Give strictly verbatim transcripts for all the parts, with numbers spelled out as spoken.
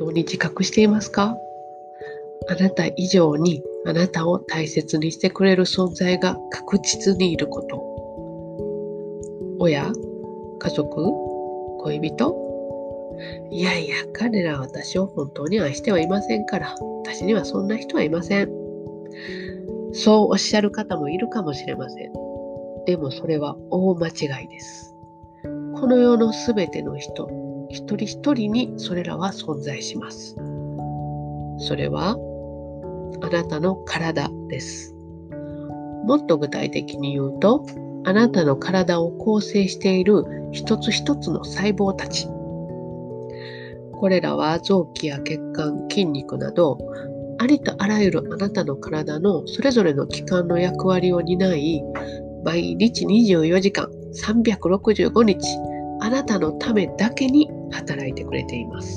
当に自覚していますか？あなた以上にあなたを大切にしてくれる存在が確実にいること。親、家族、恋人。いやいや、彼らは私を本当に愛してはいませんから、私にはそんな人はいません。そうおっしゃる方もいるかもしれません。でもそれは大間違いです。この世のすべての人、一人一人にそれらは存在します。それはあなたの体です。もっと具体的に言うと、あなたの体を構成している一つ一つの細胞たち。これらは臓器や血管、筋肉など、ありとあらゆるあなたの体のそれぞれの器官の役割を担い、毎日にじゅうよじかん、さんびゃくろくじゅうごにち、あなたのためだけに働いてくれています。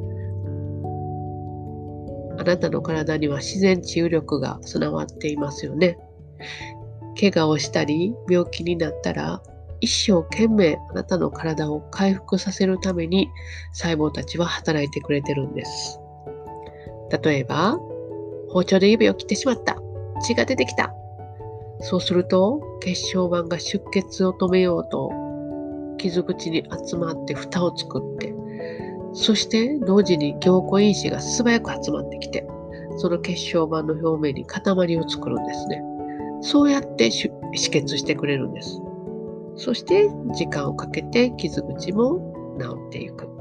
あなたの体には自然治癒力が備わっていますよね。怪我をしたり病気になったら、一生懸命あなたの体を回復させるために細胞たちは働いてくれてるんです。例えば、包丁で指を切ってしまった。血が出てきた。そうすると、血小板が出血を止めようと傷口に集まって蓋を作って、そして同時に凝固因子が素早く集まってきて、その血小板の表面に塊を作るんですね。そうやって止血してくれるんです。そして時間をかけて傷口も治っていく。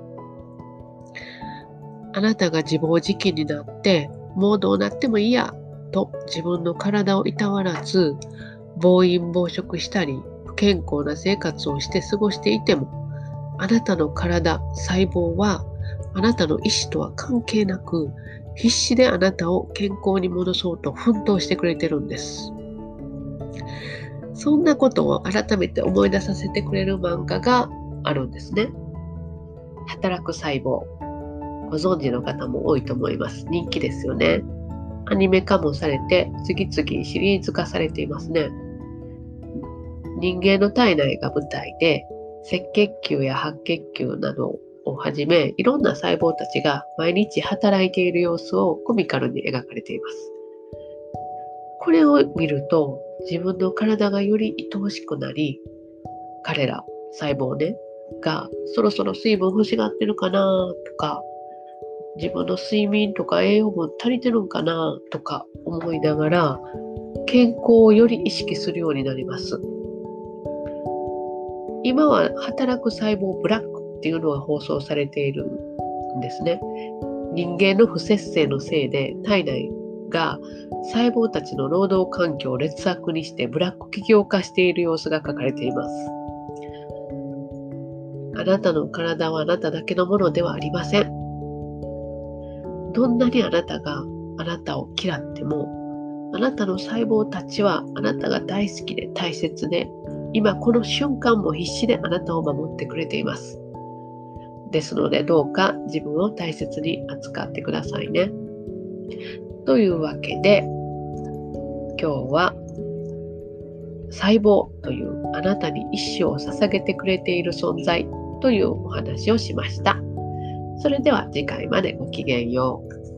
あなたが自暴自棄になって、もうどうなってもいいやと自分の体をいたわらず、暴飲暴食したり不健康な生活をして過ごしていても、あなたの体、細胞はあなたの意思とは関係なく、必死であなたを健康に戻そうと奮闘してくれてるんです。そんなことを改めて思い出させてくれる漫画があるんですね。働く細胞。ご存知の方も多いと思います。人気ですよね。アニメ化もされて、次々シリーズ化されていますね。人間の体内が舞台で、赤血球や白血球などをはじめ、いろんな細胞たちが毎日働いている様子をコミカルに描かれています。これを見ると、自分の体がより愛おしくなり、彼ら細胞ねがそろそろ水分欲しがってるかなとか、自分の睡眠とか栄養分足りてるんかなとか思いながら、健康をより意識するようになります。今は働く細胞ブラックっていうのが放送されているんですね。人間の不摂生のせいで体内が細胞たちの労働環境を劣悪にしてブラック企業化している様子が書かれています。あなたの体はあなただけのものではありません。どんなにあなたがあなたを嫌っても、あなたの細胞たちはあなたが大好きで大切で、今この瞬間も必死であなたを守ってくれています。ですので、どうか自分を大切に扱ってくださいね。というわけで、今日は細胞というあなたに一生を捧げてくれている存在というお話をしました。それでは次回までごきげんよう。